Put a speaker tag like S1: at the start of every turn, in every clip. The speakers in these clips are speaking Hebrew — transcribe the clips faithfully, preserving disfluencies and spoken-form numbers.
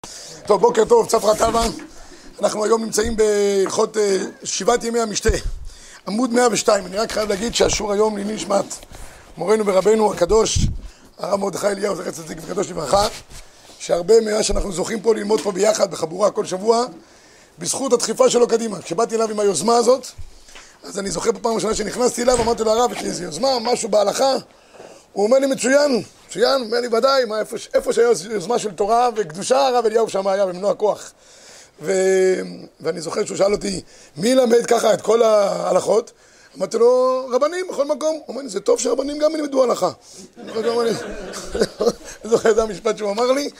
S1: טוב, בוקר טוב, צפרא טבא. אנחנו היום נמצאים בהלכות שבעת ימי המשתה, עמוד מאה ושתיים. אני רק חייב להגיד שהשיעור היום לעילוי נשמת מורנו ורבנו הקדוש הרב מרדכי אליהו זכר צדיק וקדוש לברכה, שהרבה ממה שאנחנו זוכים פה ללמוד פה ביחד בחבורה כל שבוע בזכות הדחיפה שלו קדימה. כשבאתי אליו עם היוזמה הזאת, אז אני זוכר בפעם הראשונה שנכנסתי אליו, אמרתי לו, הרב, יש לי איזו יוזמה, משהו בהלכה. הוא אומר לי, מצוין, מצוין, הוא אומר לי, ודאי, מה, איפה, איפה שהיה יוזמה של תורה וקדושה, הרב אליהו שם היה במנוע כוח. ו... ואני זוכר שהוא שאל אותי, מי למד ככה את כל ההלכות? אמרתי לו, רבנים בכל מקום. הוא אומר לי, זה טוב שרבנים גם ילמדו הלכה. אני זוכר את המשפט שהוא אמר לי,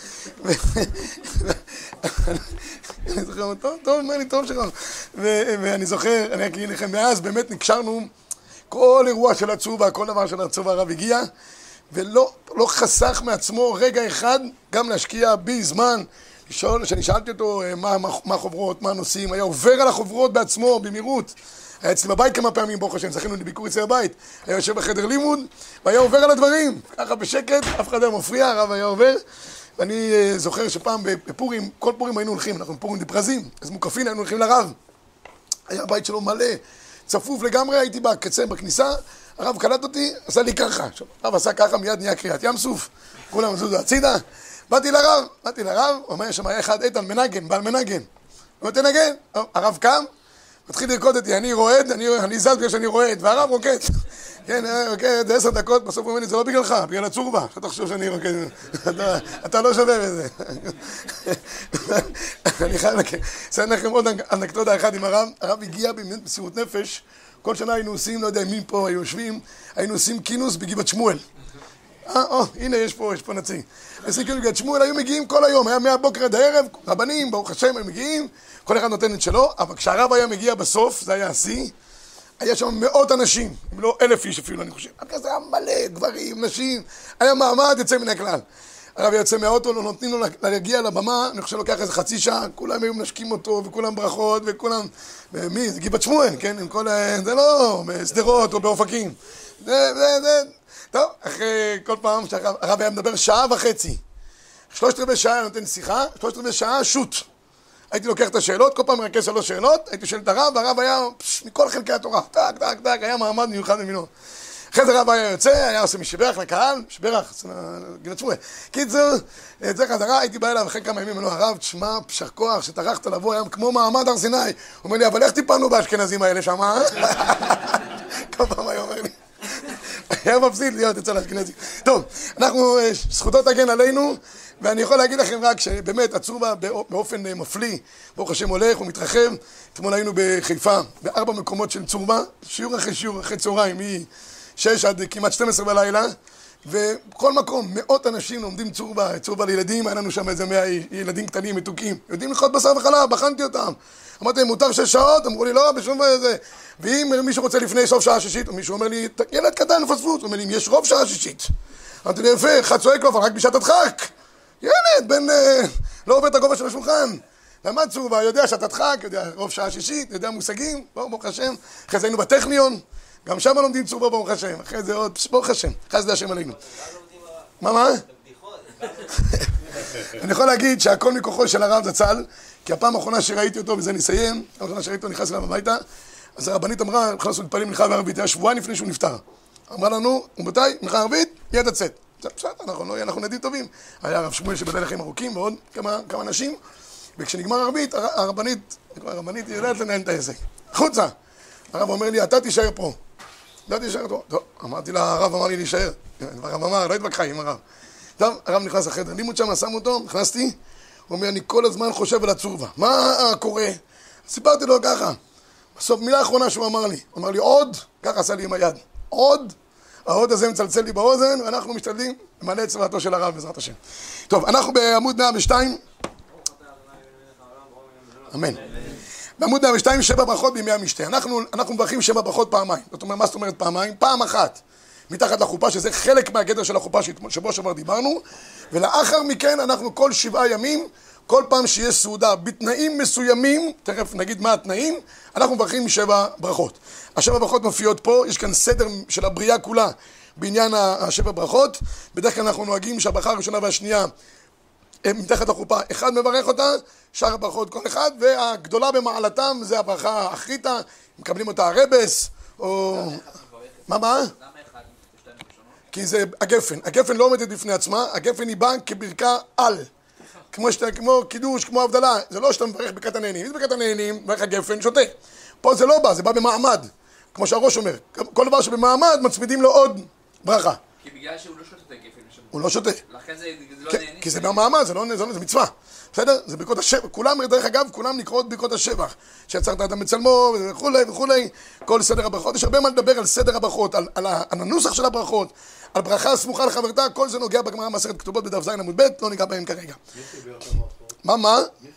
S1: אני זוכר, טוב, טוב, אומר לי, טוב שרבנים. ואני זוכר, אני אגיד לכם, מאז באמת נקשרנו, כל אירוע של הצובה, כל דבר של הצובה הרב הגיע, ולא לא חסך מעצמו רגע אחד גם להשקיע בי זמן, לשאול, שאני שאלתי אותו מה, מה, מה החוברות, מה הנושאים, היה עובר על החוברות בעצמו במהירות. היה אצלי בבית כמה פעמים, ברוך השם, זכינו לביקור אצלי בבית, היה יושב בחדר לימוד, והיה עובר על הדברים, ככה בשקט, אף אחד לא מפריע, הרב היה עובר. ואני זוכר שפעם בפורים, כל פורים היינו הולכים, אנחנו פורים דפרזים, אז מוקפין היינו הולכים לרב. היה הבית שלו מלא, צפוף לגמרי, הייתי בקצה, בכניסה, הרב קלט אותי, עשה לי ככה. הרב עשה ככה, מיד נהיה קריאת ים סוף, כולם זוזו הצידה. באתי לרב, באתי לרב, הוא אומר, שם היה אחד, איתן מנגן, בעל מנגן. הוא אומר, תנגן. הרב קם, מתחיל לרקוד אותי, אני רועד, אני, אני זז בגלל שאני רועד, והרב רוקד. כן, רוקד, זה עשר דקות, בסוף הוא אומר לי, זה לא בגללך, בגלל הצורבה. אתה תחשוב שאני רוקד, אתה, אתה לא שווה בזה. אני חייב לכם, אעשה לכם עוד אנקדוטה אחת עם הרב. הרב הגיע במסירות נפש, כל שנה היינו עושים, לא יודע מי פה היו יושבים, היינו עושים כינוס בגבעת שמואל. אה, או, הנה יש פה, יש פה נציג. עושים כינוס בגבעת שמואל, היו מגיעים כל היום, היה מהבוקר עד הערב, רבנים, ברוך השם, הם מגיעים, כל אחד נותן את שלו, אבל כשהרב היה מגיע בסוף, זה היה השיא, היה שם מאות אנשים, אם לא אלף איש אפילו, אני חושב. זה היה מלא, גברים, נשים, היה מעמד יוצא מן הכלל. הרב יוצא מהאוטו, לא נותנים לו להגיע לבמה, אני חושב לוקח איזה חצי שעה, כולם היו מנשקים אותו, וכולם ברכות, וכולם... מי? זה גבעת שמואל, כן? עם כל... זה לא בסדרות או באופקים. זה, זה, זה... טוב, אחרי כל פעם שהרב היה מדבר שעה וחצי, שלושת רבעי שעה היה נותן שיחה, שלושת רבעי שעה שוט. הייתי לוקח את השאלות, כל פעם מרכז שלוש שאלות, הייתי שואל את הרב, והרב היה פש, מכל חלקי התורה, טק, טק, טק, היה מעמד מיוחד במינו. אחרי זה הרב היה יוצא, היה עושה משבח לקהל, משבח, גבעת שמואל. קיצור, זה חזרה, הייתי בא אליו אחרי כמה ימים, אמרו, הרב, תשמע, פשח כוח, שטרחת לבוא, היה כמו מעמד הר סיני. הוא אומר לי, אבל איך טיפלנו באשכנזים האלה שם, אה? כל פעם היה אומר לי. היה מפסיד להיות אצל האשכנזים. טוב, אנחנו, זכותו תגן עלינו, ואני יכול להגיד לכם רק שבאמת הצורבה באופן מפליא, ברוך השם הולך ומתרחב. אתמול היינו בחיפה, בארבע מקומות של צורבה, שיעור אחרי שיעור, אחרי צהריים, משש עד כמעט שתים עשרה בלילה, וכל מקום, מאות אנשים לומדים צורבה, צורבה לילדים, היה לנו שם איזה מאה ילדים קטנים, מתוקים, יודעים לחיות בשר וחלב, בחנתי אותם. אמרתי, מותר שש שעות? אמרו לי, לא, בשום זה. ואם מישהו רוצה לפני סוף שעה שישית, או מישהו אומר לי, ילד קטן פספוס, הוא אומר לי, אם יש רוב שעה שישית. אמרתי לי, יפה, אחד צועק לו, אבל רק בשעת הדחק. ילד, בן, לא עובר את הגובה של השולחן. למד צורבה, יודע שעת הדחק, יודע רוב שעה שישית, יודע מושגים, ברוך השם. אחרי זה היינו בטכניון, גם שם לומדים צורבה, ברוך השם. אחרי זה עוד, ברוך השם, אחרי זה השם עלינו. מה, מה? אני יכול להגיד שהכל מכוחו של הרב זצ"ל, כי הפעם האחרונה שראיתי אותו, וזה נסיים, הפעם האחרונה שראיתי אותו נכנס אליו הביתה, אז הרבנית אמרה, נכנסנו להתפלל מנחה וערבית, היה שבועיים לפני שהוא נפטר. אמרה לנו, ומתי? מנחה ערבית, יד הצאת. בסדר, אנחנו, אנחנו נדים טובים. היה הרב שמואל שבדל לחיים ארוכים ועוד כמה, כמה אנשים, וכשנגמר ערבית, הרבנית, הרבנית יודעת לנהל את העסק. חוצה. הרב אומר לי, אתה תישאר פה. אתה תישאר פה. טוב, אמרתי לה, הרב אמר לי להישאר. הרב אמר, לא התווכחה עם הרב. טוב, הרב נכנס לחדר לימוד שם, שם אותו, נכנסתי, הוא אומר, אני כל הזמן חושב על הצורבה. מה קורה? סיפרתי לו ככה. בסוף, מילה האחרונה שהוא אמר לי, הוא אמר לי, עוד, ככה עשה לי עם היד. עוד, העוד הזה מצלצל לי באוזן, ואנחנו משתדלים למלא את צוואתו של הרב, בעזרת השם. טוב, אנחנו בעמוד מאה ושתיים. אמן. בעמוד מאה ושתיים, שבע ברכות בימי המשתה. אנחנו, אנחנו מברכים שבע ברכות פעמיים. זאת אומרת, מה זאת אומרת פעמיים? פעם אחת. מתחת לחופה, שזה חלק מהגדר של החופה שבו שעבר דיברנו, ולאחר מכן אנחנו כל שבעה ימים, כל פעם שיש סעודה בתנאים מסוימים, תכף נגיד מה התנאים, אנחנו מברכים שבע ברכות. השבע ברכות מופיעות פה, יש כאן סדר של הבריאה כולה בעניין השבע ברכות. בדרך כלל אנחנו נוהגים שהברכה הראשונה והשנייה מתחת לחופה, אחד מברך אותה, שאר הברכות כל אחד, והגדולה במעלתם זה הברכה האחריתה, מקבלים אותה הרבס, או... מה, מה?
S2: למה אחד בשתיים ראשונות?
S1: כי זה הגפן, הגפן לא עומדת בפני עצמה, הגפן היא באה כברכה על, כמו, שאתה, כמו קידוש, כמו הבדלה, זה לא שאתה מברך ברכת הנהנים, אם זה ברכת הנהנים, מברך הגפן, שותה. פה זה לא בא, זה בא במעמד, כמו שהראש אומר, כל דבר שבמעמד מצמידים לו עוד ברכה.
S2: כי בגלל שהוא לא שותה את הגפן.
S1: הוא לא שותה.
S2: לכן זה לא נהנים.
S1: כי זה במעמד, זה לא זה מצווה. בסדר? זה ברכות השבח. כולם, דרך אגב, כולם נקראות ברכות השבח. שיצרת אדם בצלמו וכולי וכולי. כל סדר הברכות. יש הרבה מה לדבר על סדר הברכות, על, על, על הנוסח של הברכות, על ברכה סמוכה לחברתה, כל זה נוגע בגמרא מסכת כתובות בדף ז עמוד ב', לא ניגע בהם כרגע. מה, מה?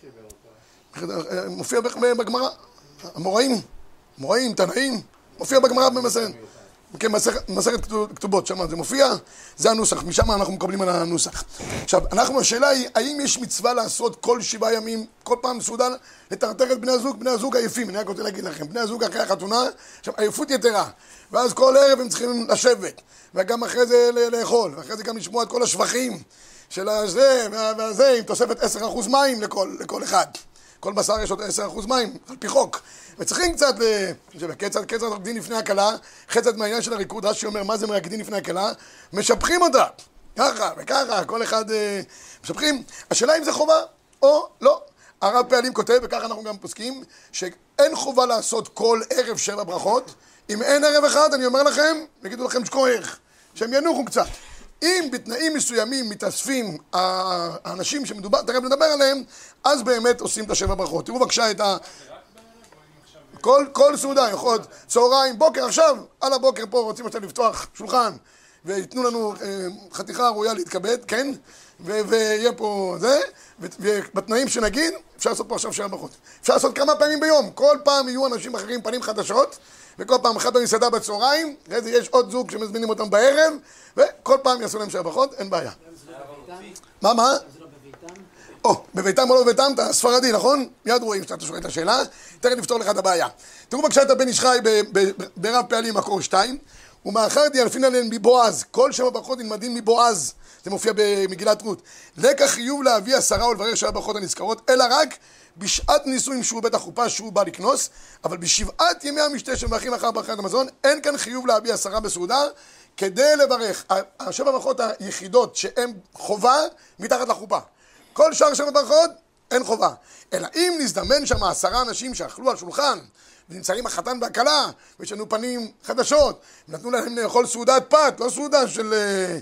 S1: מופיע בגמרא. המוראים, מוראים, תנאים, מופיע בגמרא במסכת. כן, מסכת כתובות, שם זה מופיע, זה הנוסח, משם אנחנו מקבלים על הנוסח. עכשיו, אנחנו, השאלה היא, האם יש מצווה לעשות כל שבעה ימים, כל פעם סעודה, לטרטר את בני הזוג, בני הזוג עייפים, אני רק רוצה להגיד לכם, בני הזוג אחרי החתונה, עכשיו, עייפות יתרה, ואז כל ערב הם צריכים לשבת, וגם אחרי זה לאכול, ואחרי זה גם לשמוע את כל השבחים של הזה והזה, עם תוספת עשרה אחוז מים לכל, לכל אחד. כל בשר יש עוד עשרה אחוז מים, על פי חוק. וצריכים קצת, קצת, קצת רקדין לפני הקלה, חצת מהעניין של הריקוד, רש"י אומר, מה זה מרקדין לפני הקלה? משבחים אותה, ככה וככה, כל אחד משבחים. השאלה אם זה חובה או לא. הרב פעלים כותב, וככה אנחנו גם פוסקים, שאין חובה לעשות כל ערב שבע ברכות. אם אין ערב אחד, אני אומר לכם, יגידו לכם שכוח, שהם ינוחו קצת. אם בתנאים מסוימים מתאספים האנשים שמדובר, תכף נדבר עליהם, אז באמת עושים את השבע ברכות. תראו בבקשה את ה... כל, כל סעודה, יכול להיות צהריים, בוקר, עכשיו, על הבוקר פה רוצים עכשיו לפתוח שולחן ויתנו לנו אה, חתיכה ראויה להתכבד, כן? ו- ויהיה פה זה, ו- ובתנאים שנגיד, אפשר לעשות פה עכשיו שבע ברכות. אפשר לעשות כמה פעמים ביום, כל פעם יהיו אנשים אחרים פנים חדשות, וכל פעם אחת במסעדה בצהריים, אחרי זה יש עוד זוג שמזמינים אותם בערב, וכל פעם יעשו להם שבע ברכות, אין בעיה. מה, מה? או, בביתם או לא בביתם, אתה ספרדי, נכון? מיד רואים שאתה שואל את השאלה, תכף נפתור לך את הבעיה. תראו בבקשה את הבן איש חי ברב פעלים מקור שתיים, ומאחר דיאלפין עליהן מבועז, כל שבע ברכות נלמדים מבועז, זה מופיע במגילת רות. לקח חיוב להביא עשרה ולברר שבע ברכות הנזכרות, אלא רק בשעת נישואים שהוא בית החופה שהוא בא לקנוס, אבל בשבעת ימי המשתה שמברכים אחר ברכת המזון, אין כאן חיוב להביא עשרה בסעודה, כדי לברך. השבע ברכות היחידות שהן חובה מתחת לחופה. כל שאר שבע ברכות אין חובה. אלא אם נזדמן שם עשרה אנשים שאכלו על שולחן, ונמצאים החתן והכלה, ויש לנו פנים חדשות, ונתנו להם לאכול סעודת פת, לא סעודה של,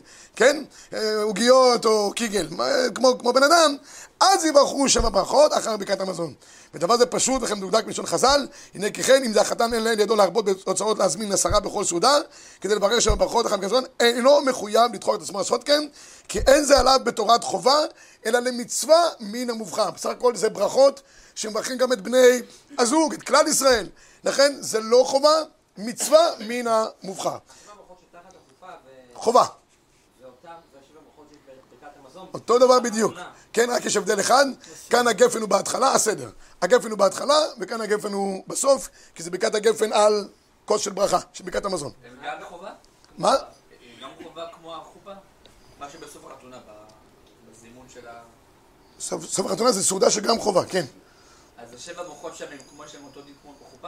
S1: כן, עוגיות או קיגל, כמו, כמו בן אדם, אז יברכו שבע ברכות אחר ברכת המזון. ודבר זה פשוט וכן מדוקדק בלשון חז"ל, הנה כי כן, אם זה החתן אין לידו להרבות בהוצאות להזמין עשרה בכל סעודה, כדי לברך שבע ברכות אחר ברכת המזון, אינו מחויב לדחוק את עצמו לעשות כן, כי אין זה עליו בתורת חובה, אלא למצווה מן המובחר. בסך הכל זה ברכות שמברכים גם את בני הזוג, את כלל ישראל. לכן זה לא חובה, מצווה מן המובחר.
S2: שבע ברכות שתחת החופה ו...
S1: חובה.
S2: ואותם, והשבע ברכות שיש ברכת המזון.
S1: אותו דבר בדיוק. כן, רק יש הבדל אחד, כאן הגפן הוא בהתחלה, הסדר. הגפן הוא בהתחלה, וכאן הגפן הוא בסוף, כי זה ברכת הגפן על כוס של ברכה, של ברכת המזון.
S2: הם גם חובה?
S1: מה?
S2: הם גם חובה כמו החופה? מה שבסוף החתונה, בזימון של ה...
S1: סוף החתונה זה סעודה שגם חובה, כן.
S2: אז השבע ברכות שם הם כמו שהם אותו דין כמו בחופה?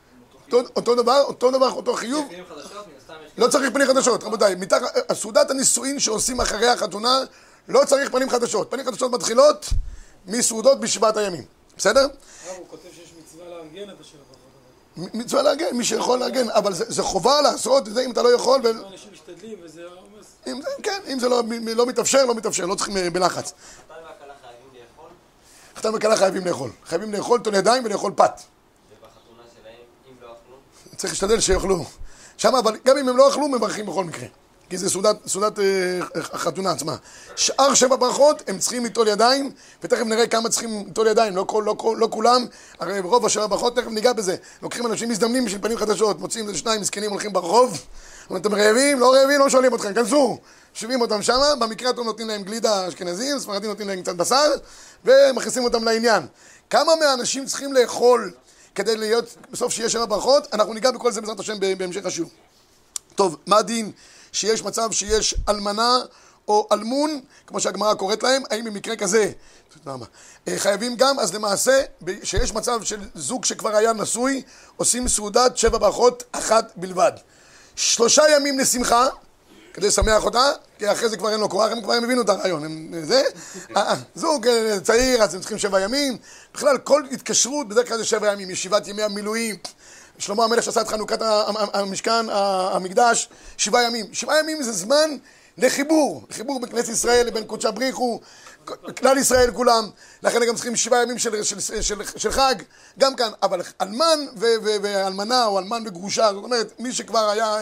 S1: אותו דבר, אותו דבר, אותו חיוב.
S2: פנים חדשות, מן הסתם יש...
S1: לא צריך פנים חדשות, רבותיי. סעודת הנישואין שעושים אחרי החתונה, לא צריך פנים חדשות. פנים חדשות מתחילות מסעודות בשבעת הימים. בסדר?
S3: הוא כותב שיש מצווה לארגן את השבע ברכות.
S1: מצווה לארגן, מי שיכול לארגן, אבל זה חובה לעשות את זה אם אתה לא יכול.
S3: אנשים משתדלים וזה עומס.
S1: כן, אם זה לא מתאפשר, לא מתאפשר, לא צריכים בלחץ.
S2: חתן והכלה חייבים לאכול?
S1: חתן וכלה חייבים לאכול. חייבים לאכול תול ידיים ולאכול פת.
S2: ובחתונה שלהם, אם לא אכלו?
S1: צריך להשתדל שיאכלו. שם, אבל גם אם הם לא אכלו, מברכים בכל מקרה. כי זה סעודת, סעודת אה, החתונה עצמה. שאר שבע ברכות הם צריכים ליטול ידיים, ותכף נראה כמה צריכים ליטול ידיים, לא, כל, לא, כל, לא כולם, הרי רוב השבע ברכות, תכף ניגע בזה. לוקחים אנשים מזדמנים בשביל פנים חדשות, מוצאים איזה שניים מסכנים הולכים ברחוב, אתם רעבים, לא רעבים, לא שואלים אתכם, כנסו, שווים אותם שמה, במקרה הטוב נותנים להם גלידה אשכנזים, ספרדים נותנים להם קצת בשר, ומכניסים אותם לעניין. כמה מהאנשים צריכים לאכול כדי להיות, בסוף שיש שבע ברכות, אנחנו ניגע בכל זה בעזרת השם בהמשך השיעור. טוב, מה הדין שיש מצב שיש אלמנה או אלמון, כמו שהגמרא קוראת להם, האם במקרה כזה חייבים גם? אז למעשה, שיש מצב של זוג שכבר היה נשוי, עושים סעודת שבע ברכות אחת בלבד. שלושה ימים לשמחה, כדי לשמח אותה, כי אחרי זה כבר אין לו כוח, הם כבר הם הבינו את הרעיון, הם זה, זוג צעיר, אז הם צריכים שבע ימים, בכלל כל התקשרות בדרך כלל זה שבע ימים, ישיבת ימי המילואים, שלמה המלך שעשה את חנוכת המשכן, המקדש, שבעה ימים, שבעה ימים זה זמן לחיבור, לחיבור בין כנסת ישראל לבין קודשא בריחו, כלל ישראל כולם, לכן גם צריכים שבעה ימים של, של, של, של, של חג, גם כאן, אבל אלמן ואלמנה או אלמן וגרושה, זאת אומרת, מי שכבר היה,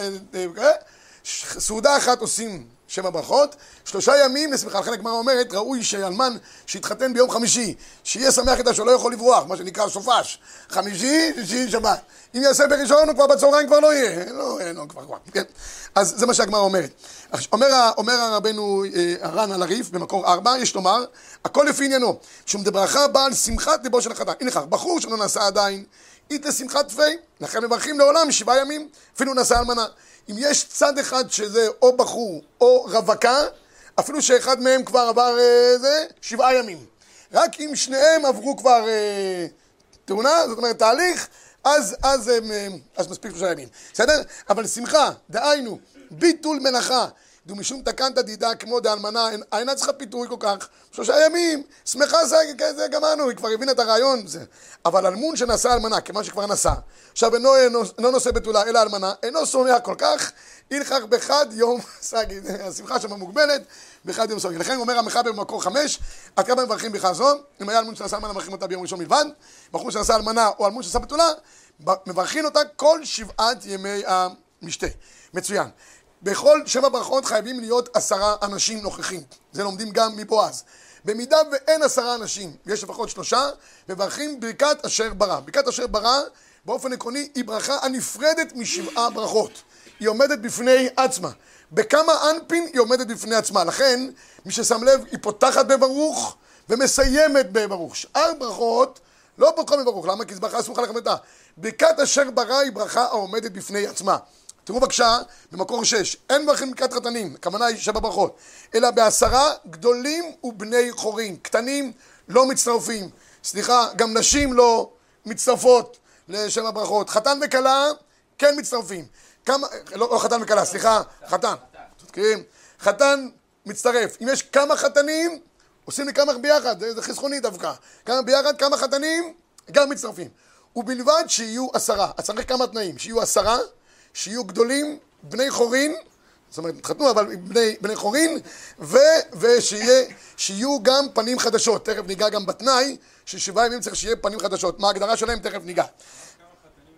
S1: סעודה אחת עושים שבע ברכות, שלושה ימים לשמחה. לכן הגמרא אומרת, ראוי שאלמן שהתחתן ביום חמישי, שיהיה שמח איתה שלא יכול לברוח, מה שנקרא סופש, חמישי, שישי, שבת. אם יעשה בראשון, הוא כבר בצהריים כבר לא יהיה, לא, לא, כבר כבר, כן. אז זה מה שהגמרא אומרת. אומר, אומר הרבנו הר"ן על הריף, במקור ארבע, יש לומר, הכל לפי עניינו, שום דברכה בא על שמחת ליבו של החתן. הנה כך, בחור שלא נשא עדיין, אית לשמחת תפי, לכן מברכים לעולם שבעה ימים, אפילו נשא אלמנה. אם יש צד אחד שזה או בחור או רווקה, אפילו שאחד מהם כבר עבר אה, זה, שבעה ימים. רק אם שניהם עברו כבר אה, תאונה, זאת אומרת תהליך, אז, אז, אה, אז מספיק שלושה ימים. בסדר? אבל שמחה, דהיינו, ביטול מנחה, דו משום תקנת דידה כמו דאלמנה, אינה צריכה פיתוי כל כך, שלושה ימים, שמחה זה, זה גמרנו, היא כבר הבינה את הרעיון, זה. אבל אלמון שנשא אלמנה, כמה שכבר נשא, עכשיו אינו, אינו, אינו נושא בתולה, אלא אלמנה, אינו שומע כל כך, הלכך בחד יום סגי, השמחה שם מוגבלת, בחד יום סגי. לכן הוא אומר המחבר במקור חמש, עד כמה מברכים בך זו, אם היה אלמון שנשא אלמנה, מברכים אותה ביום ראשון מלבד, בחור שנשא אלמנה או אלמון שנשא בתולה, מברכים אותה כל שבעת ימי המשתה. מצוין. בכל שבע ברכות חייבים להיות עשרה אנשים נוכחים. זה לומדים גם מבועז. במידה ואין עשרה אנשים, יש לפחות שלושה, מברכים ברכת אשר ברא. ברכת אשר ברא, באופן עקרוני, היא ברכה הנפרדת משבעה ברכות. היא עומדת בפני עצמה. בכמה אנפין היא עומדת בפני עצמה. לכן, מי ששם לב, היא פותחת בברוך ומסיימת בברוך. שאר ברכות לא פותחות בברוך. למה? כי זו ברכה סמוכה לחמתה. ברכת אשר ברא היא ברכה העומדת בפני עצמה. תראו בבקשה, במקור שש, אין מברכים ברכת חתנים, הכוונה היא שבע ברכות, אלא בעשרה גדולים ובני חורין, קטנים לא מצטרפים, סליחה, גם נשים לא מצטרפות לשבע ברכות, חתן וכלה כן מצטרפים, כמה, לא, לא חתן וכלה, סליחה, חתן, צודקים, חתן מצטרף, אם יש כמה חתנים, עושים לי כמה ביחד, זה חסכוני דווקא, כמה ביחד, כמה חתנים, גם מצטרפים, ובלבד שיהיו עשרה, אז צריך כמה תנאים, שיהיו עשרה, שיהיו גדולים, בני חורין, זאת אומרת, התחתנו, אבל בני, בני חורין, ו, ושיהיה, שיהיו גם פנים חדשות. תכף ניגע גם בתנאי, ששבעה ימים צריך שיהיה פנים חדשות. מה ההגדרה שלהם? תכף ניגע. כמה חתנים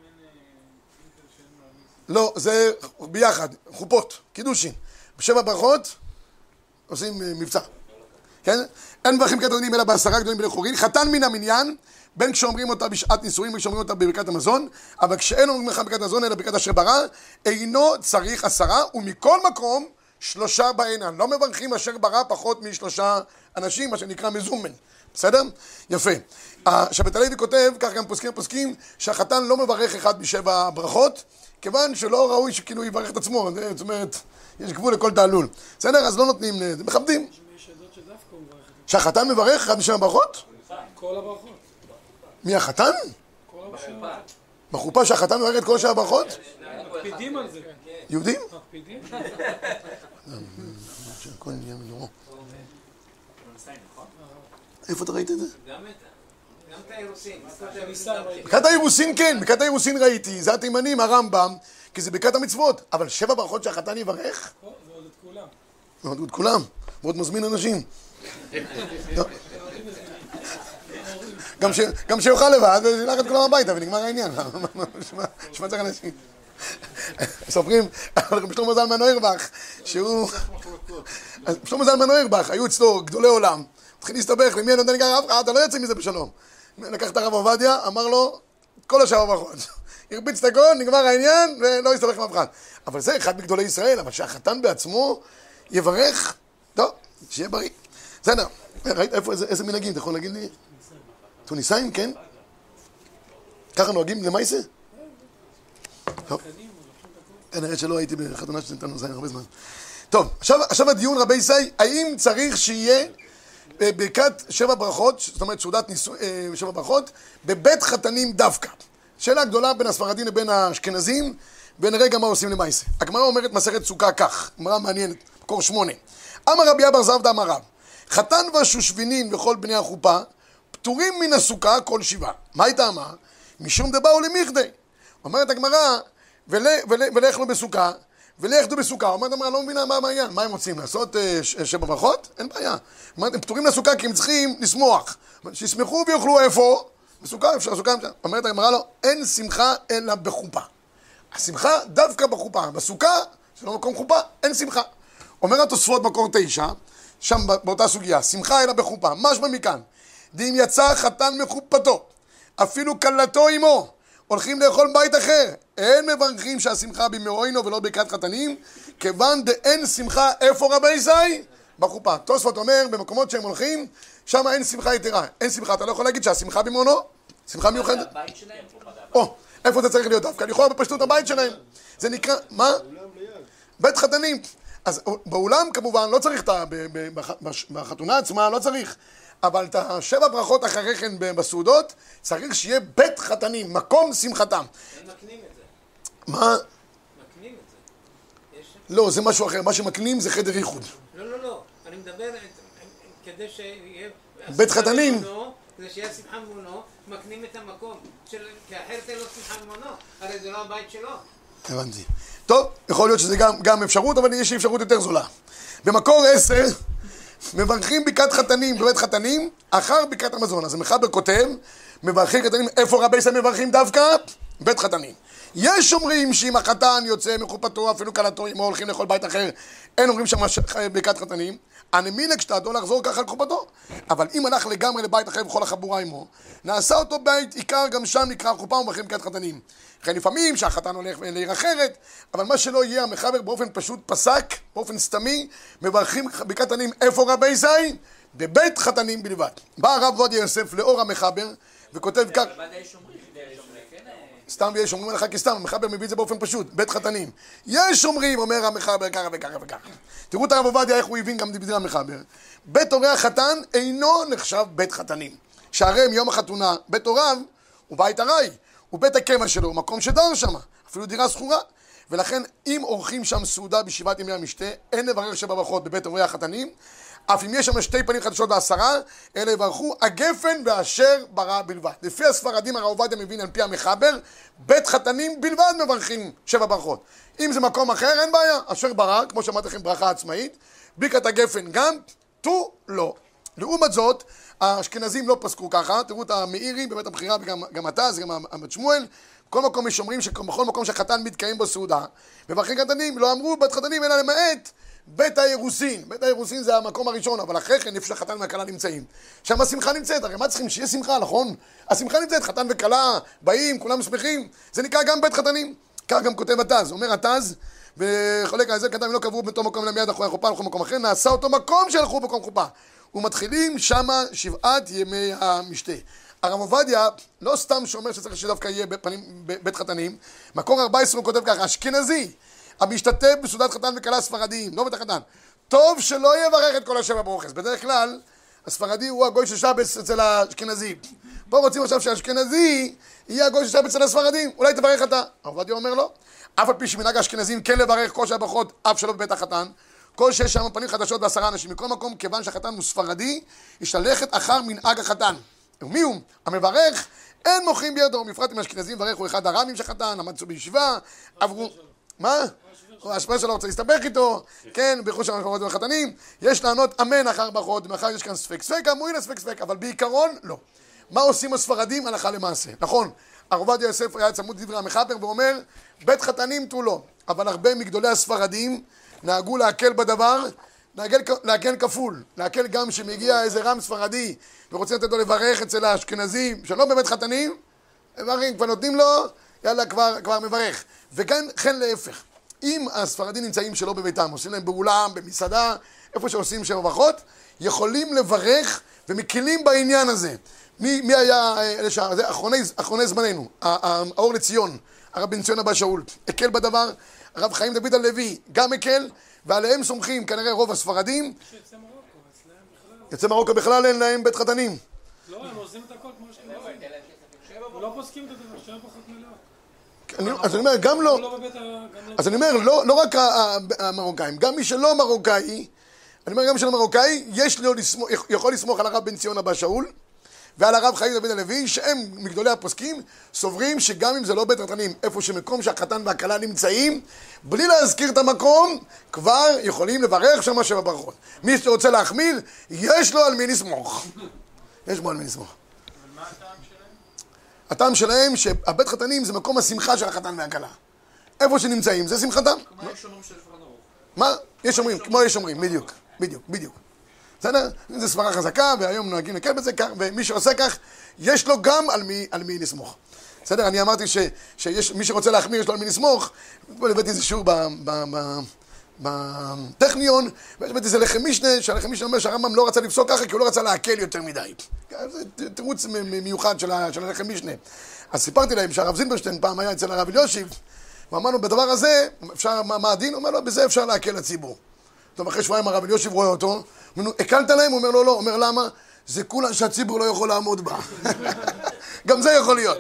S1: אין... לא, זה ביחד, חופות, קידושין. בשבע ברכות עושים מבצע. כן? אין מברכים חתנים אלא בעשרה גדולים בני חורין. חתן מן המניין, בין כשאומרים אותה בשעת נישואים וכשאומרים אותה בברכת המזון, אבל כשאין אומרים לך ברכת המזון אלא ברכת אשר ברא, אינו צריך עשרה, ומכל מקום שלושה בעינן. לא מברכים אשר ברא פחות משלושה אנשים, מה שנקרא מזומן. בסדר? יפה. שבט הלוי כותב, כך גם פוסקים פוסקים, שהחתן לא מברך אחד משבע ברכות, כיוון שלא ראוי שכאילו יברך את עצמו. זאת אומרת, יש גבול לכל תעלול. בסדר? אז לא נותנים, מכבדים. שהחתן מברך אחד משבע ברכות?
S3: כל הברכות.
S1: מי החתן? בחופה שהחתן מברך את כל שבע ברכות?
S3: מקפידים על זה.
S1: יהודים?
S3: מקפידים?
S1: איפה אתה ראית את זה?
S2: גם את האירוסין.
S1: ברכת האירוסין כן, ברכת האירוסין ראיתי, זה התימנים, הרמב"ם, כי זה ברכת המצוות, אבל שבע ברכות שהחתן יברך?
S3: זה עוד את כולם.
S1: עוד את כולם, ועוד מזמין אנשים. גם שיוכל לבד, ולך את כולם הביתה, ונגמר העניין. שמה צריך אנשים? סופרים, שלמה זלמן אוירבך, שהוא... שלמה זלמן אוירבך, היו אצלו גדולי עולם. התחיל להסתבך, למי אני נותן לגר אף אחד, אתה לא יוצא מזה בשלום. לקח את הרב עובדיה, אמר לו, כל השאר ברכות. הרביץ את הכל, נגמר העניין, ולא יסתבך עם אף אחד. אבל זה אחד מגדולי ישראל, אבל שהחתן בעצמו יברך, טוב, שיהיה בריא. בסדר, ראית איפה, איזה מנהגים, אתה יכול להגיד לי? תוניסאים, כן? ככה נוהגים למעשה? טוב. כנראה שלא הייתי בחתונה שנתנו זין הרבה זמן. טוב, עכשיו, עכשיו הדיון רבי ישי, האם צריך שיהיה בברכת שבע ברכות, זאת אומרת סעודת נישוא, שבע ברכות, בבית חתנים דווקא. שאלה גדולה בין הספרדים לבין האשכנזים, ונראה גם מה עושים למעשה. הגמרא אומרת מסכת סוכה כך, גמרא מעניינת, מקור שמונה. אמר רבי אבא זבדא אמר רב, חתן ושושבינין וכל בני החופה, פטורים מן הסוכה כל שבעה. מה הייתה אמר? משום דבאו למכדי. אומרת הגמרא, ולך לו בסוכה, ולכתו בסוכה. אומרת הגמרא, לא מבינה מה העניין, מה הם רוצים לעשות שבע ברכות? אין בעיה. אומרת, הם פטורים לסוכה כי הם צריכים לשמוח. שישמחו ויאכלו איפה? בסוכה, אפשר סוכה. אומרת הגמרא לו, אין שמחה אלא בחופה. השמחה דווקא בחופה. בסוכה, שלא מקום חופה, אין שמחה. אומר התוספות מקור תשע, שם באותה סוגיה, שמחה אלא בחופה. משמע מכאן, דאם יצא חתן מחופתו, אפילו כלתו עמו, הולכים לאכול בית אחר, אין מברכים שהשמחה במאוינו ולא ברכת חתנים, כיוון דאין שמחה איפה רבי ישי? בחופה. תוספות אומר, במקומות שהם הולכים, שם אין שמחה יתרה. אין שמחה, אתה לא יכול להגיד שהשמחה במעונו? שמחה מיוחדת.
S2: הבית שלהם?
S1: או, איפה זה צריך להיות דווקא? לכאורה בפשטות הבית שלהם. זה נקרא, מה? בית חתנים. אז באולם כמובן לא צריך את ה... בחתונה עצמה לא צריך. אבל את השבע ברכות אחרי כן בסעודות, צריך שיהיה בית חתנים, מקום שמחתם.
S3: הם מקנים את זה.
S1: מה?
S3: מקנים את זה. יש...
S1: לא, זה משהו אחר. מה שמקנים זה חדר ייחוד.
S3: לא, לא, לא. אני מדבר כדי שיהיה...
S1: בית חתנים.
S3: כדי שיהיה שמחה ממונו, מקנים את המקום. של... כי אחרת אין לו שמחה ממונו. הרי זה לא הבית שלו.
S1: הבנתי. טוב, יכול להיות שזה גם, גם אפשרות, אבל יש אפשרות יותר זולה. במקור עשר, מברכים ברכת חתנים בבית חתנים, אחר ברכת המזון. אז המחבר כותב, מברכים חתנים, איפה רבי ישי מברכים דווקא? בית חתנים. יש אומרים שאם החתן יוצא מחופתו, אפילו כלתו, אם הולכים לכל בית אחר, אין אומרים שם ברכת חתנים. הנמילק שתעדו לחזור ככה על חופתו. אבל אם הלך לגמרי לבית אחר וכל החבורה עמו, נעשה אותו בית עיקר, גם שם נקרא חופה ומברכים ברכת חתנים. לכן לפעמים שהחתן הולך לעיר אחרת, אבל מה שלא יהיה, המחבר באופן פשוט פסק, באופן סתמי, מברכים ברכת חתנים איפה רבי ישי? בבית חתנים בלבד. בא הרב עובדיה יוסף לאור המחבר וכותב כך, סתם ויש אומרים לך כסתם, המחבר מביא את זה באופן פשוט, בית חתנים. יש אומרים, אומר המחבר ככה וככה וככה. תראו את הרב עובדיה איך הוא הבין גם בדברי המחבר. בית הורי החתן אינו נחשב בית חתנים. שהרי מיום החתונה, בית הוריו הוא בית ארעי. הוא בית הקמא שלו, מקום שדר שם, אפילו דירה סחורה. ולכן אם עורכים שם סעודה בשבעת ימי המשתה, אין לברך שבע ברכות בבית הורי החתנים, אף אם יש שם שתי פנים חדשות בעשרה, אלא יברכו הגפן ואשר ברא בלבד. לפי הספרדים הרב עובדיה מבין על פי המחבר, בית חתנים בלבד מברכים שבע ברכות. אם זה מקום אחר, אין בעיה, אשר ברא, כמו שאמרתי לכם, ברכה עצמאית, ברכת הגפן גם, תו לא. לעומת זאת, האשכנזים לא פסקו ככה, תראו את המאירי, באמת הבחירה, וגם אתה, זה גם הבת שמואל, כל מקום יש אומרים שבכל מקום שהחתן מתקיים בו סעודה, מברכים חתנים, לא אמרו בית חתנים אלא למעט בית האירוסין. בית האירוסין זה המקום הראשון, אבל אחרי כן איפה שהחתן והכלה נמצאים. שם השמחה נמצאת, הרי מה צריכים? שיהיה שמחה, נכון? השמחה נמצאת, חתן וכלה, באים, כולם שמחים, זה נקרא גם בית חתנים. כך גם כותב התז, אומר התז, וחולק על זה, כתב, אם לא קבעו באותו מקום מיד אחרי החופה, הלכו במקום אחר, נעשה אותו מקום שהלכו במקום חופה. ומתחילים שמה שבעת ימי המשתה. הרב עובדיה לא סתם שאומר שצריך שדווקא יהיה בית חתנים, מקור ארבע עשרה הוא כותב ככה, אשכנזי, המשתתף בסעודת חתן וכלה ספרדיים, לא בית החתן, טוב שלא יברך את כל השבע ברוכס. בדרך כלל, הספרדי הוא הגוי של שבס אצל האשכנזי. פה רוצים עכשיו שהאשכנזי יהיה הגוי של שבס אצל הספרדים, אולי תברך אתה. הרב עובדיה אומר לו, אף על פי שמנהג האשכנזים כן לברך כל שבע ברכות, אף שלא בבית החתן, כל שיש שם פנים חדשות בעשרה אנשים, מכל מקום, כיוון שהחתן הוא ספרדי, יש ללכת אחר מנהג החתן. ומי הוא? המברך, אין מוכרים בידו, בפרט עם האשכנזים, מברך הוא אחד הרמים של חתן, עמדו בישיבה, עברו... מה? השפעה שלו רוצה להסתבך איתו, כן, ברכו של המקומות והחתנים, יש לענות אמן אחר ברכות, מאחר יש כאן ספק ספק, אמרו הנה ספק ספק, אבל בעיקרון לא. מה עושים הספרדים? הלכה למעשה, נכון? הרב עובדיה יוסף היה צמוד דברי המחבר ואומר, בית חתנים תו לא, אבל הרבה מגדולי הספרדים נהגו להקל בדבר, להקל, להקל כפול, להקל גם שמגיע איזה רם ספרדי ורוצה לתת לו לברך אצל האשכנזים, שלא באמת חתנים, מברכים, כבר נותנים לו, יאללה, כבר, כבר מברך. וגם כן להפך, אם הספרדים נמצאים שלא בביתם, עושים להם באולם, במסעדה, איפה שעושים שבע ברכות, יכולים לברך ומקילים בעניין הזה. מי, מי היה, זה אחרוני, אחרוני זמננו, האור לציון, הרב בן ציון אבא שאול, הקל בדבר, הרב חיים דוד הלוי, גם הקל, ועליהם סומכים כנראה רוב הספרדים.
S4: שיוצא מרוקו, אצלם בכלל.
S1: יוצא מרוקו בכלל אין להם בית חתנים.
S4: לא, הם עושים את הכל כמו שאתם עושים. הם לא פוסקים את הדבר, שהם פחות מלאות.
S1: אני- אז אני אומר, גם לא,
S4: גם לא בבית ה... גם לא...
S1: אז אני אומר, לא, לא רק ה- ה- המרוקאים, גם מי שלא מרוקאי, אני אומר גם מי שלא מרוקאי, יש לו לסמוך, יכול לסמוך על הרב בן ציון אבא שאול, ועל הרב חיים דוד הלוי, שהם מגדולי הפוסקים, סוברים שגם אם זה לא בית חתנים, איפה שמקום שהחתן והכלה נמצאים, בלי להזכיר את המקום, כבר יכולים לברך שם שבע ברכות. מי שרוצה להחמיר, יש לו על מי לסמוך. יש בו על מי לסמוך.
S4: אבל מה הטעם שלהם?
S1: הטעם שלהם שהבית חתנים זה מקום השמחה של החתן והכלה. איפה שנמצאים, זה שמחתם.
S2: כמו יש אומרים של שולחן ערוך.
S1: מה? יש אומרים, כמו יש אומרים, בדיוק, בדיוק, בדיוק. בסדר? זו סברה חזקה, והיום נוהגים לקבל בזה כך, ומי שעושה כך, יש לו גם על מי, על מי לסמוך. בסדר? אני אמרתי ש, שיש, מי שרוצה להחמיר יש לו על מי לסמוך. פה הבאתי איזה שיעור ב- ב- ב- בטכניון, והבאתי איזה לחם משנה, שהלחם משנה אומר שהרמב"ם לא רצה לפסוק ככה, כי הוא לא רצה להקל יותר מדי. זה תירוץ מ- מיוחד של ה- של הלחם משנה. אז סיפרתי להם שהרב זילברשטיין פעם היה אצל הרב אליושיב, ואמרנו, בדבר הזה, אפשר, מה, מה הדין? הוא אומר לו, בזה אפשר להקל לציבור. טוב, אחרי שבועיים הרב אליושיב רואה אותו, אומר, הקלת להם? הוא אומר לו, לא. הוא אומר, למה? זה כולה שהציבור לא יכול לעמוד בה. גם זה יכול להיות.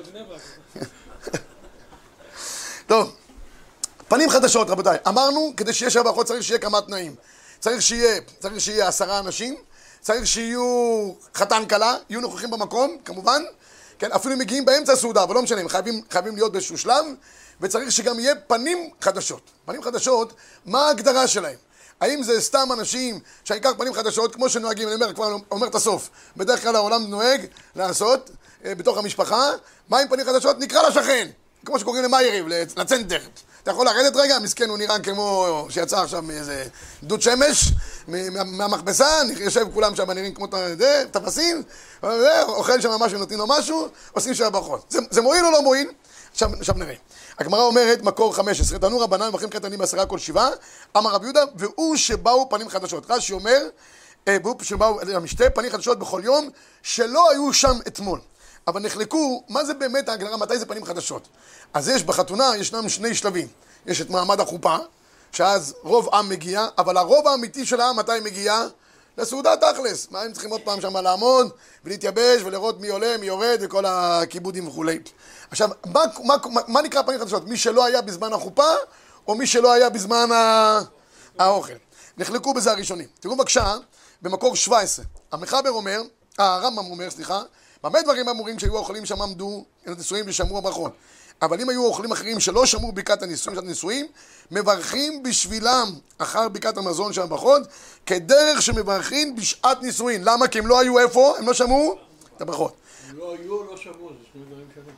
S1: טוב, פנים חדשות, רבותיי. אמרנו, כדי שיהיה שבע ברכות צריך שיהיה כמה תנאים. צריך שיהיה, צריך שיהיה עשרה אנשים, צריך שיהיו חתן כלה, יהיו נוכחים במקום, כמובן. כן, אפילו אם מגיעים באמצע הסעודה, אבל לא משנה, הם חייבים, חייבים להיות באיזשהו שלב, וצריך שגם יהיה פנים חדשות. פנים חדשות, מה ההגדרה שלהם? האם זה סתם אנשים שהעיקר פנים חדשות, כמו שנוהגים, אני אומר, כבר אומר את הסוף, בדרך כלל העולם נוהג לעשות, אה, בתוך המשפחה, מה עם פנים חדשות? נקרא לשכן, כמו שקוראים למאייריב, לצנטר. אתה יכול לרדת רגע? מסכן, הוא נראה כמו שיצא עכשיו מאיזה דוד שמש, מה- מהמכבסה, יושב כולם שם, נראים כמו תפסים, אוכל שם משהו, נותנים לו משהו, עושים שבע ברכות. זה, זה מועיל או לא מועיל? עכשיו, עכשיו נראה. הגמרא אומרת, מקור חמש עשרה, תנו רבנן מברכים קטנים בעשרה כל שבעה, אמר רב יהודה, והוא שבאו פנים חדשות. רש"י אומר, אה, והוא שבאו למשתה פנים חדשות בכל יום, שלא היו שם אתמול. אבל נחלקו, מה זה באמת ההגדרה, מתי זה פנים חדשות? אז יש בחתונה, ישנם שני שלבים. יש את מעמד החופה, שאז רוב עם מגיע, אבל הרוב האמיתי של העם מתי מגיע? לסעודה תכלס. מה הם צריכים עוד פעם שם לעמוד ולהתייבש ולראות מי עולה, מי יורד וכל הכיבודים וכולי. עכשיו, מה, מה, מה, מה נקרא פנים חדשות? מי שלא היה בזמן החופה, או מי שלא היה בזמן ה... האוכל? נחלקו בזה הראשונים. תראו בבקשה, במקור שבע עשרה, המחבר אומר, הרמב"ם אומר, סליחה, במה דברים אמורים שהיו אוכלים שם עמדו נישואים ושמרו הברכות. אבל אם היו אוכלים אחרים שלא שמרו ברכת הנישואים של הנישואים, מברכים בשבילם אחר ברכת המזון של הברכות, כדרך שמברכים בשעת נישואין. למה? כי הם לא היו איפה? הם לא שמרו את הברכות.
S5: הם לא היו, לא שמעו, זה שני דברים שונים.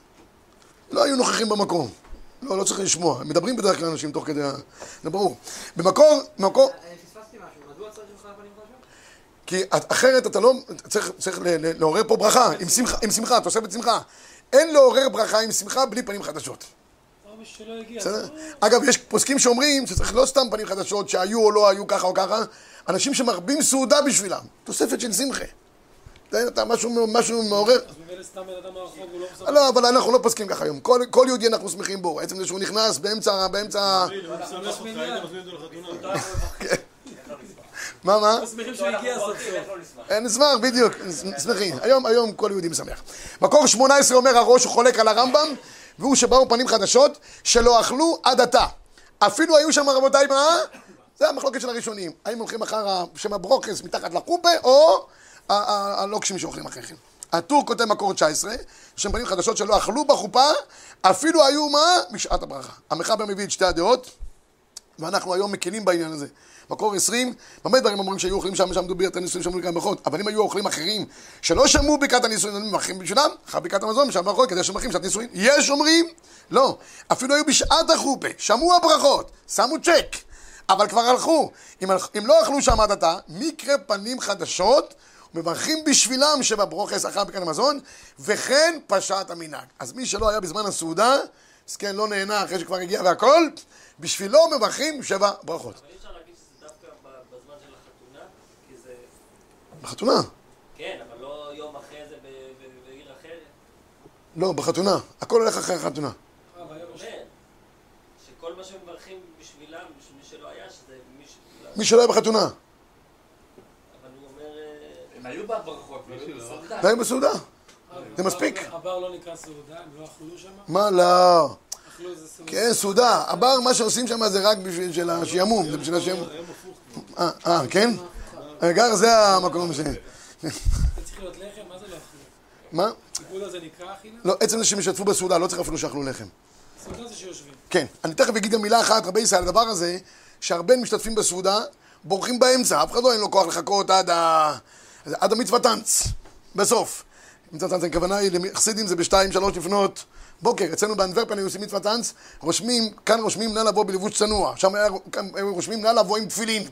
S1: לא היו נוכחים במקום. לא, לא צריך לשמוע. הם מדברים בדרך כלל אנשים תוך כדי ה... זה ברור. במקור, במקור...
S3: אני פספסתי משהו, מדוע צריך לך פנים חדשות?
S1: כי אחרת אתה לא... צריך, צריך ל- ל- לעורר פה ברכה, עם שמחה, עם שמחה, תוספת שמחה. אין לעורר ברכה עם שמחה בלי פנים חדשות.
S4: אבל שלא הגיע.
S1: בסדר? אגב, יש פוסקים שאומרים שצריך לא סתם פנים חדשות, שהיו או לא היו ככה או ככה, אנשים שמרבים סעודה בשבילם. תוספת של שמחה. אתה, אתה משהו, משהו מעורר.
S4: אז ממילא סתם בן אדם מהרחוב הוא לא מספר.
S1: לא, אבל אנחנו לא פוסקים ככה היום. כל, כל יהודי אנחנו שמחים בו. עצם זה שהוא נכנס באמצע, באמצע...
S5: אני שמח אותך, היית מזמין אותו לחתונה.
S1: מה, מה?
S2: שמחים שהוא הגיע סוף סוף.
S1: נשמח, בדיוק, שמחים. היום, היום כל יהודי משמח. מקור שמונה עשרה אומר הראש, הוא חולק על הרמב"ם, והוא שבאו פנים חדשות, שלא אכלו עד עתה. אפילו היו שם רבותיי, מה? זה המחלוקת של הראשונים. האם הולכים אחר שם הברוקס מתחת לחופה, או הלוקשים שאוכלים אחרי כן. הטור כותב מקור תשע עשרה, שהם פנים חדשות שלא אכלו בחופה, אפילו היו מה? בשעת הברכה. המחבר מביא את שתי הדעות, ואנחנו היום מקלים בעניין הזה. מקור עשרים, באמת דברים אומרים שהיו אוכלים שם, שעמדו ברכת הנישואים, שמרו ברכת הברכות, אבל אם היו אוכלים אחרים שלא שמעו ברכת הנישואים, הם מברכים בשבילם, אחר ברכת המזון, בשעת הברכות, כדי שמברכים בשעת נישואים. יש אומרים? לא. אפילו היו בשעת החופה, שמעו הברכות, שמו צ'ק, אבל כבר הלכו. אם, אם לא אכלו שם עד עתה, מקרה פנים חדשות, מברכים בשבילם שבע ברוכס אחר ברכת המזון, וכן פשט המנהג. אז מי שלא היה בזמן הסעודה, אז כן, לא נהנה אחרי שכבר הגיע והכל, בשבילו מברכים שבע ברכות.
S6: אבל אי אפשר להגיד שזה דווקא ב- בזמן של החתונה, כי זה...
S1: בחתונה?
S6: כן, אבל לא יום אחרי זה ב- ב- בעיר אחרת.
S1: לא, בחתונה. הכל הולך אחרי החתונה.
S6: כן. שכל מה שמברכים בשבילם, בשביל מי שלא היה, שזה מי ש...
S1: מי שלא היה בחתונה.
S6: אבל הוא אומר...
S2: הם היו בברכות, והיו בסעודה.
S1: והיו בסעודה. זה מספיק.
S4: הבר לא נקרא סעודה, הם לא אכלו שם?
S1: מה לא?
S4: אכלו איזה סעודה.
S1: כן, סעודה. הבר, מה שעושים שם זה רק בשביל של השעמום. זה בשביל השעמום. אה, אה, כן? הגר זה המקום ש...
S4: זה צריך להיות לחם? מה זה לא אכלו?
S1: מה?
S4: עיבוד הזה נקרא אכילה?
S1: לא, עצם זה שהם השתתפו בסעודה, לא צריך אפילו שאכלו לחם.
S4: סעודה זה שיושבים.
S1: כן, אני תכף אגיד גם מילה אחת, רבי ישראל, הדבר הזה, שהרבה משתתפים בסעודה, בורחים באמצע, אף אחד לא אין לו כוח לחכות עד ה... עד המצוות טנץ, בסוף. מצוות טנץ, הכוונה היא, לחסידים זה בשתיים, שלוש לפנות בוקר. אצלנו באנטוורפן היו עושים מצוות טנץ, רושמים, כאן רושמים נא לבוא בלבוש צנוע, שם היו רושמים נא לבוא עם תפילין.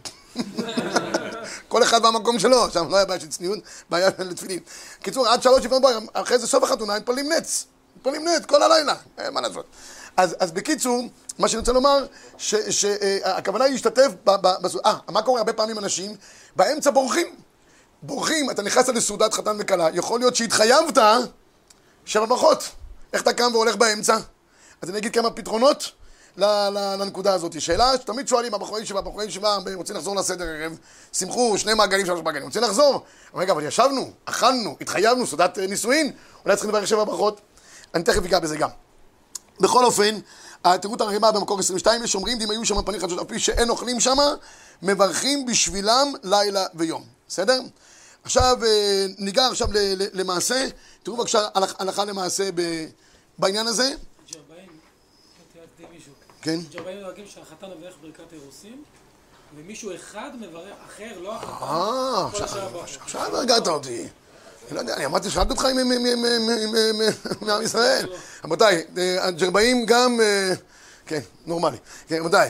S1: כל אחד במקום שלו, שם לא היה בעיה של צניעות, בעיה של תפילין. קיצור, עד שלוש לפנות בוקר, אחרי זה סוף החתונה, הם פולים נץ. פולים נץ, כל הלילה, מה לעשות. אז, אז בקיצור, מה שאני רוצה לומר, שהכוונה היא להשתתף בסעודה. אה, מה קורה הרבה פעמים אנשים? באמצע בורחים. בורחים, אתה נכנסת לסעודת חתן וכלה, יכול להיות שהתחייבת שבע ברכות. איך אתה קם והולך באמצע? אז אני אגיד כמה פתרונות לנקודה הזאת. שאלה שתמיד שואלים, הבחורי ישיבה, הבחורי ישיבה, רוצים לחזור לסדר ערב, שמחו שני מעגלים, שלוש מעגלים, רוצים לחזור? רגע, אבל ישבנו, אכלנו, התחייבנו, סעודת נישואין, אולי צריכים לברך שבע ברכות. אני תכף אגע בזה גם. בכל אופן, התירוץ הרחימה במקור עשרים ושתיים, יש אומרים, אם היו שם פנים חדשות, אף פי שאין אוכלים שם, מברכים בשבילם לילה ויום. בסדר? עכשיו, ניגע עכשיו למעשה, תראו בבקשה הלכה למעשה בעניין הזה.
S4: ג'רבאים, תראה מישהו.
S1: כן.
S4: ג'רבאים נוהגים שהחתן מברך ברכת אירוסין, ומישהו אחד מברך אחר, לא החתן.
S1: אה, עכשיו הרגעת אותי. אני לא יודע, אני אמרתי, שאלת אותך מעם ישראל. רבותיי, הג'רבאים גם... כן, נורמלי. כן, רבותיי.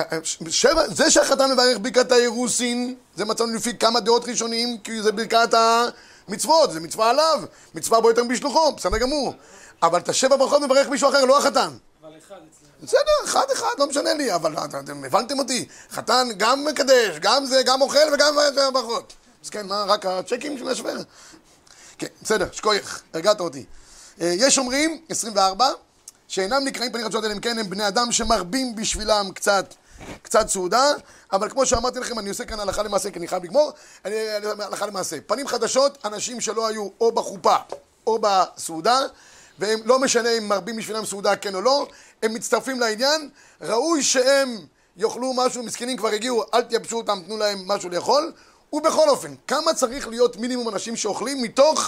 S1: זה שהחתן מברך ברכת האירוסין, זה מצאנו לפי כמה דעות ראשונים, כי זה ברכת המצוות, זה מצווה עליו, מצווה בו יותר בשלוחו, בסדר גמור. אבל את השבע ברכות מברך מישהו אחר, לא החתן.
S4: אבל אחד אצלנו.
S1: בסדר, אחד אחד, לא משנה לי, אבל אתם הבנתם אותי. חתן גם מקדש, גם זה, גם אוכל וגם ברכות. אז כן, מה, רק הצ'קים שמשוור? כן, בסדר, שכוייך, הרגעת אותי. יש אומרים, עשרים וארבע, שאינם נקראים פנים חדשות, אלא אם כן הם בני אדם שמרבים בשבילם קצת, קצת סעודה, אבל כמו שאמרתי לכם, אני עושה כאן הלכה למעשה, כי אני חייב לגמור, אני הלכה למעשה. פנים חדשות, אנשים שלא היו או בחופה או בסעודה, והם לא משנה אם מרבים בשבילם סעודה כן או לא, הם מצטרפים לעניין, ראוי שהם יאכלו משהו, מסכנים כבר הגיעו, אל תייבשו אותם, תנו להם משהו לאכול, ובכל אופן, כמה צריך להיות מינימום אנשים שאוכלים מתוך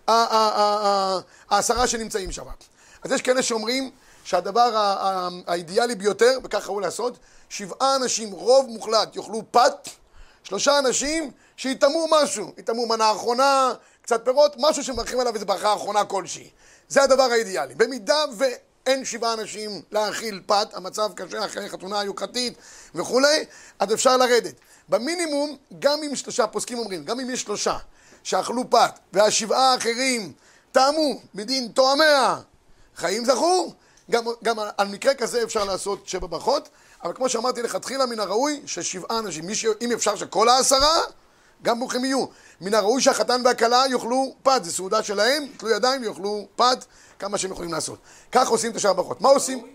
S1: העשרה שנמצאים שם? אז יש כאלה שאומרים שהדבר האידיאלי ביותר, וכך ראוי לעשות, שבעה אנשים, רוב מוחלט, יאכלו פת, שלושה אנשים שיתאמו משהו, יתאמו מנה האחרונה, קצת פירות, משהו שמברכים עליו איזו ברכה האחרונה כלשהי. זה הדבר האידיאלי. במידה ואין שבעה אנשים להאכיל פת, המצב קשה אחרי חתונה יוקרתית וכולי, אז אפשר לרדת. במינימום, גם אם שלושה פוסקים אומרים, גם אם יש שלושה שאכלו פת, והשבעה האחרים טעמו בדין תואמיה, חיים זכו, גם, גם על מקרה כזה אפשר לעשות שבע ברכות, אבל כמו שאמרתי לכתחילה, מן הראוי ששבעה אנשים, ש... אם אפשר שכל העשרה, גם ברוכים יהיו. מן הראוי שהחתן והכלה יאכלו פת, זה סעודה שלהם, תלו ידיים ויאכלו פת, כמה שהם יכולים לעשות. כך עושים את השבע ברכות. מה עושים?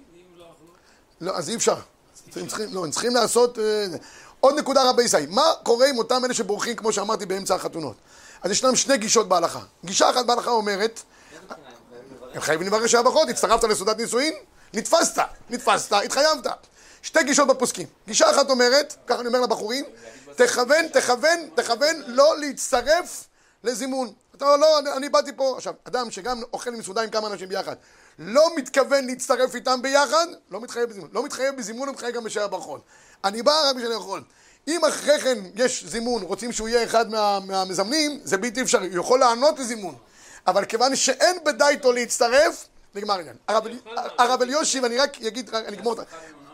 S1: לא, אז אי אפשר. הם צריכים, לא, הם צריכים לעשות... עוד נקודה רבי ישראל, מה קורה עם אותם אלה שבורחים, כמו שאמרתי, באמצע החתונות? אז ישנם שני גישות בהלכה. גישה אחת בהלכה אומרת, הם חייבים לברך שבע ברכות, הצטרפת לסעודת נישואין, נתפסת, נתפסת, התחייבת. שתי גישות בפוסקים. גישה אחת אומרת, ככה אני אומר לבחורים, תכוון, תכוון, תכוון לא להצטרף לזימון. אתה אומר, לא, אני, אני באתי פה. עכשיו, אדם שגם אוכל עם סעודה עם כמה אנשים ביחד, לא מתכוון להצטרף איתם ביחד, לא מתחייב בזימון. לא מתחייב בזימון, לא מתחייב גם בשבע ברכות. אני בא רק בשביל לאכול. אם אחרי כן יש זימון, רוצים שהוא יהיה אחד מה, מהמזמנים, זה בלתי אפשרי, הוא יכול לענות לזימון. אבל כיוון שאין בדייתו להצטרף, נגמר העניין. הרב אליושיב, אני רק אגיד, אני אגמור אותה.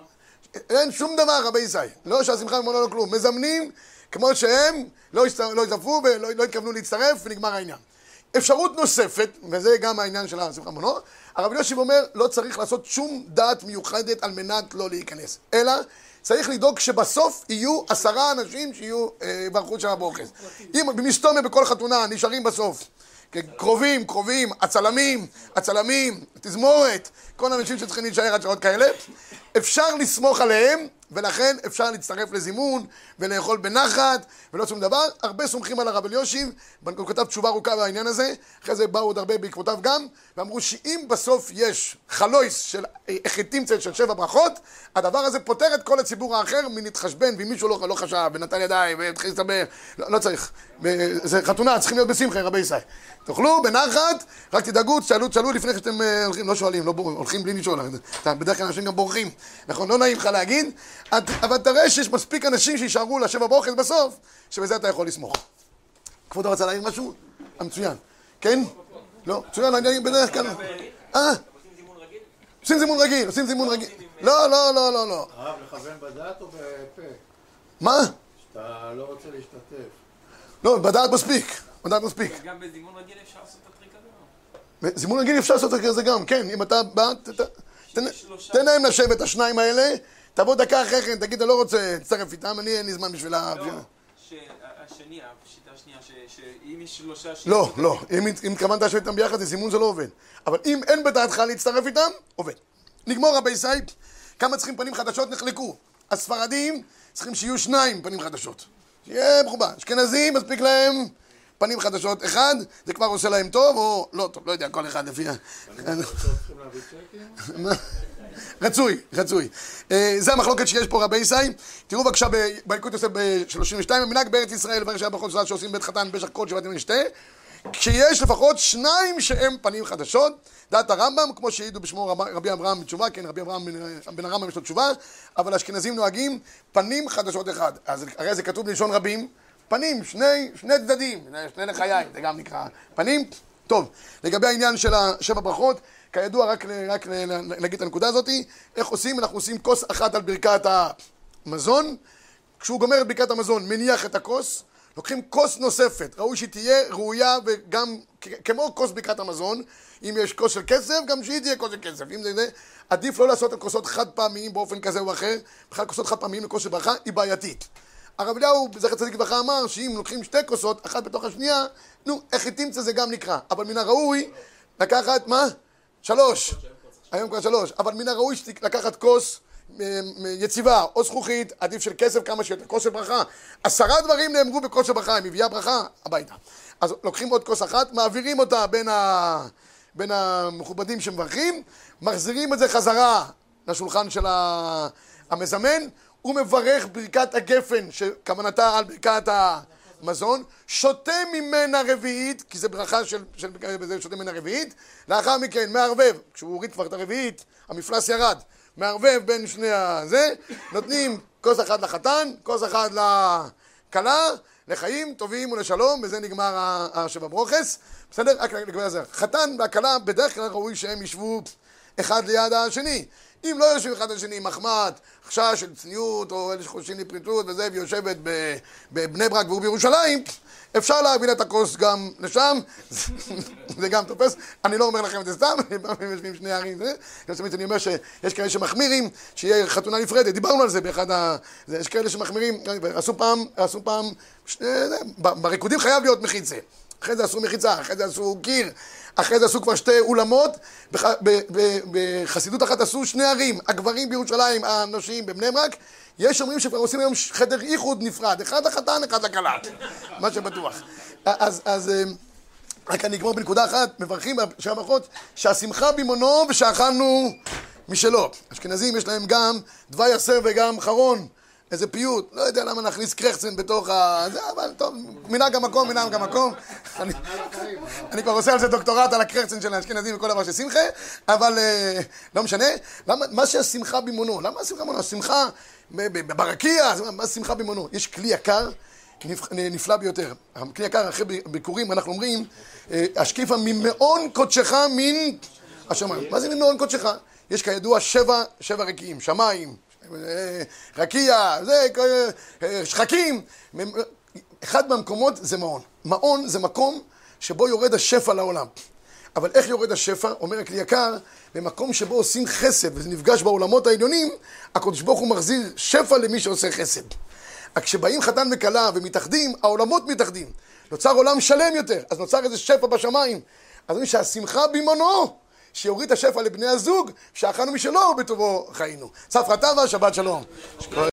S1: אין שום דבר, רבי ישראל. לא שהשמחה ממנו לא כלום. מזמנים כמו שהם, לא יצטרפו ולא התכוונו להצטרף, ונגמר העניין. אפשרות נוספת, וזה גם העניין של השמחה ממנו, הרב אליושיב אומר, לא צריך לעשות שום דעת מיוחדת על מנת לא להיכנס. אלא צריך לדאוג שבסוף יהיו עשרה אנשים שיהיו ברכות של הברכות. אם במסתומא בכל חתונה נשארים בסוף קרובים, קרובים, הצלמים, הצלמים, תזמורת, כל האנשים שצריכים להישאר עד שעות כאלה, אפשר לסמוך עליהם, ולכן אפשר להצטרף לזימון ולאכול בנחת ולא שום דבר. הרבה סומכים על הרב אליושיב, הוא כתב תשובה ארוכה בעניין הזה, אחרי זה באו עוד הרבה בעקבותיו גם, ואמרו שאם בסוף יש חלויס של החטים של שבע ברכות, הדבר הזה פותר את כל הציבור האחר מלהתחשבן, ואם מישהו לא, לא חשב ונתן ידיים והתחיל להסתבר, לא, לא צריך. זה חתונה, צריכים להיות בשמחה, רבי ישראל. תאכלו בנחת, רק תדאגו, תשאלו, תשאלו לפני שאתם הולכים, לא שואלים, לא בורחים, הולכים בלי לשאול. בדרך כלל אנשים גם בורחים, נכון? לא נעים לך להגיד, אבל תראה שיש מספיק אנשים שישארו לשבע ברכות בסוף, שבזה אתה יכול לסמוך. כבודו רצה להעיר משהו? המצוין. כן? לא, מצוין, אני בדרך כלל. אה? עושים זימון רגיל, עושים זימון רגיל. לא, לא, לא, לא, לא.
S5: הרב, לכוון בדעת או בפה?
S1: מה?
S5: שאתה לא רוצה להשתתף.
S1: לא, בדעת מספיק. בדעת מספיק.
S2: גם בזימון רגיל אפשר לעשות את הטריק הזה?
S1: בזימון רגיל אפשר לעשות את זה גם, כן. אם אתה בא, תן להם לשבת, השניים האלה, תבוא דקה אחרי כן, תגיד, אני לא רוצה להצטרף איתם, אני אין לי זמן בשביל ה...
S2: לא, שהשני, השיטה השנייה, שאם יש שלושה...
S1: לא, לא, אם התכוונת לשבת איתם ביחד, זה זימון זה לא עובד. אבל אם אין בדעתך להצטרף איתם, עובד. נגמור רבי ישראל, כמה צריכים פנים חדשות נחלקו. הספרדים צריכים שיהיו שניים פנים חדשות. שיהיה מכובד. אשכנזים, מספיק להם פנים חדשות. אחד, זה כבר עושה להם טוב, או לא טוב, לא יודע, כל אחד לפי... רצוי, רצוי. זה המחלוקת שיש פה רבי ישראל. תראו בבקשה בילקוט יוסף ב-שלושים ושתיים, המנהג בארץ ישראל, לברך שהיה ברכות שבת שעושים בית חתן במשך כל שבעת ימים ושתה, כשיש לפחות שניים שהם פנים חדשות, דעת הרמב"ם, כמו שהעידו בשמו רבי אברהם בתשובה, כן, רבי אברהם בן הרמב"ם יש לו תשובה, אבל האשכנזים נוהגים פנים חדשות אחד. אז הרי זה כתוב בלשון רבים, פנים, שני, שני צדדים, שני לחיים, זה גם נקרא פנים. טוב, לגבי העניין של השבע ברכות, כידוע, רק, רק להגיד את הנקודה הזאת, איך עושים? אנחנו עושים כוס אחת על ברכת המזון, כשהוא גומר את ברכת המזון, מניח את הכוס, לוקחים כוס נוספת, ראוי שתהיה ראויה וגם כמו כוס ברכת המזון, אם יש כוס של כסף, גם שהיא תהיה כוס של כסף. אם זה זה, עדיף לא לעשות את כוסות חד פעמיים באופן כזה או אחר, בכלל כוסות חד פעמיים לכוס של ברכה היא בעייתית. הרב אליהו בזכר צדיק לברכה אמר שאם לוקחים שתי כוסות, אחת בתוך השנייה, נו, איך תמצא זה גם נקרא, אבל מן הראוי לקחת, מה? שלוש, היום כבר שלוש, אבל מן הראוי לקחת כוס יציבה או זכוכית, עדיף של כסף כמה שיותר, כוס של ברכה. עשרה דברים נאמרו בכוס של ברכה, היא מביאה ברכה הביתה. אז לוקחים עוד כוס אחת, מעבירים אותה בין, ה... בין המכובדים שמברכים, מחזירים את זה חזרה לשולחן של המזמן, הוא מברך ברכת הגפן, שכוונתה על ברכת המזון, שותה ממנה רביעית, כי זה ברכה של, של בזה שותה ממנה רביעית, לאחר מכן מערבב, כשהוא הוריד כבר את הרביעית, המפלס ירד, מערבב בין שני הזה, נותנים כוס אחת לחתן, כוס אחת לכלה, לחיים טובים ולשלום, וזה נגמר השבע ברוכס, בסדר? רק לגבי זה. חתן והכלה בדרך כלל ראוי שהם ישבו אחד ליד השני. אם לא יושבים אחד לשני, מחמד, חשש של צניעות, או אלה שחוששים לפריטות וזה, ויושבת בבני ברק והוא בירושלים, אפשר להבין את הכוס גם לשם, זה גם תופס. אני לא אומר לכם את זה סתם, הם יושבים שני ערים, אני אומר שיש כאלה שמחמירים, שיהיה חתונה נפרדת, דיברנו על זה באחד ה... יש כאלה שמחמירים, עשו פעם, עשו פעם, בריקודים חייב להיות מחיצה. אחרי זה עשו מחיצה, אחרי זה עשו קיר, אחרי זה עשו כבר שתי אולמות, בחסידות אחת עשו שני ערים, הגברים בירושלים, הנשים בבני ברק, יש אומרים שכבר עושים היום חדר איחוד נפרד, אחד לחתן, אחד לכלה, מה שבטוח. אז, אז רק אני אגמור בנקודה אחת, מברכים בשעה ברכות, שהשמחה במונו ושאכלנו משלו. אשכנזים יש להם גם דווי עשר וגם חרון, איזה פיוט, לא יודע למה נכניס קרחצן בתוך ה... זה, אבל טוב, מנהג המקום, מנהג המקום. אני, אני כבר עושה על זה דוקטורט על הקרחצן של האשכנזים וכל דבר של שמחה, אבל לא משנה. למה, מה שהשמחה במונו? למה השמחה במונו? השמחה ברקיע, מה השמחה במונו? יש כלי יקר, נפלא ביותר. הכלי יקר, אחרי ביקורים, אנחנו אומרים, השקיפה ממאון קודשך מן השמיים. מה זה ממאון קודשך? יש כידוע שבע, שבע רקיעים, שמיים, רקיע, זה, שחקים. אחד מהמקומות זה מעון. מעון זה מקום שבו יורד השפע לעולם. אבל איך יורד השפע? אומר הכלי יקר, במקום שבו עושים חסד, וזה נפגש בעולמות העליונים, הקדוש ברוך הוא מחזיר שפע למי שעושה חסד. כשבאים חתן וכלה ומתאחדים, העולמות מתאחדים. נוצר עולם שלם יותר, אז נוצר איזה שפע בשמיים. אז אומרים שהשמחה בימונו, שיוריד את השפע לבני הזוג, שאכלנו משלו ובטובו חיינו. צפרא טבא, שבת שלום.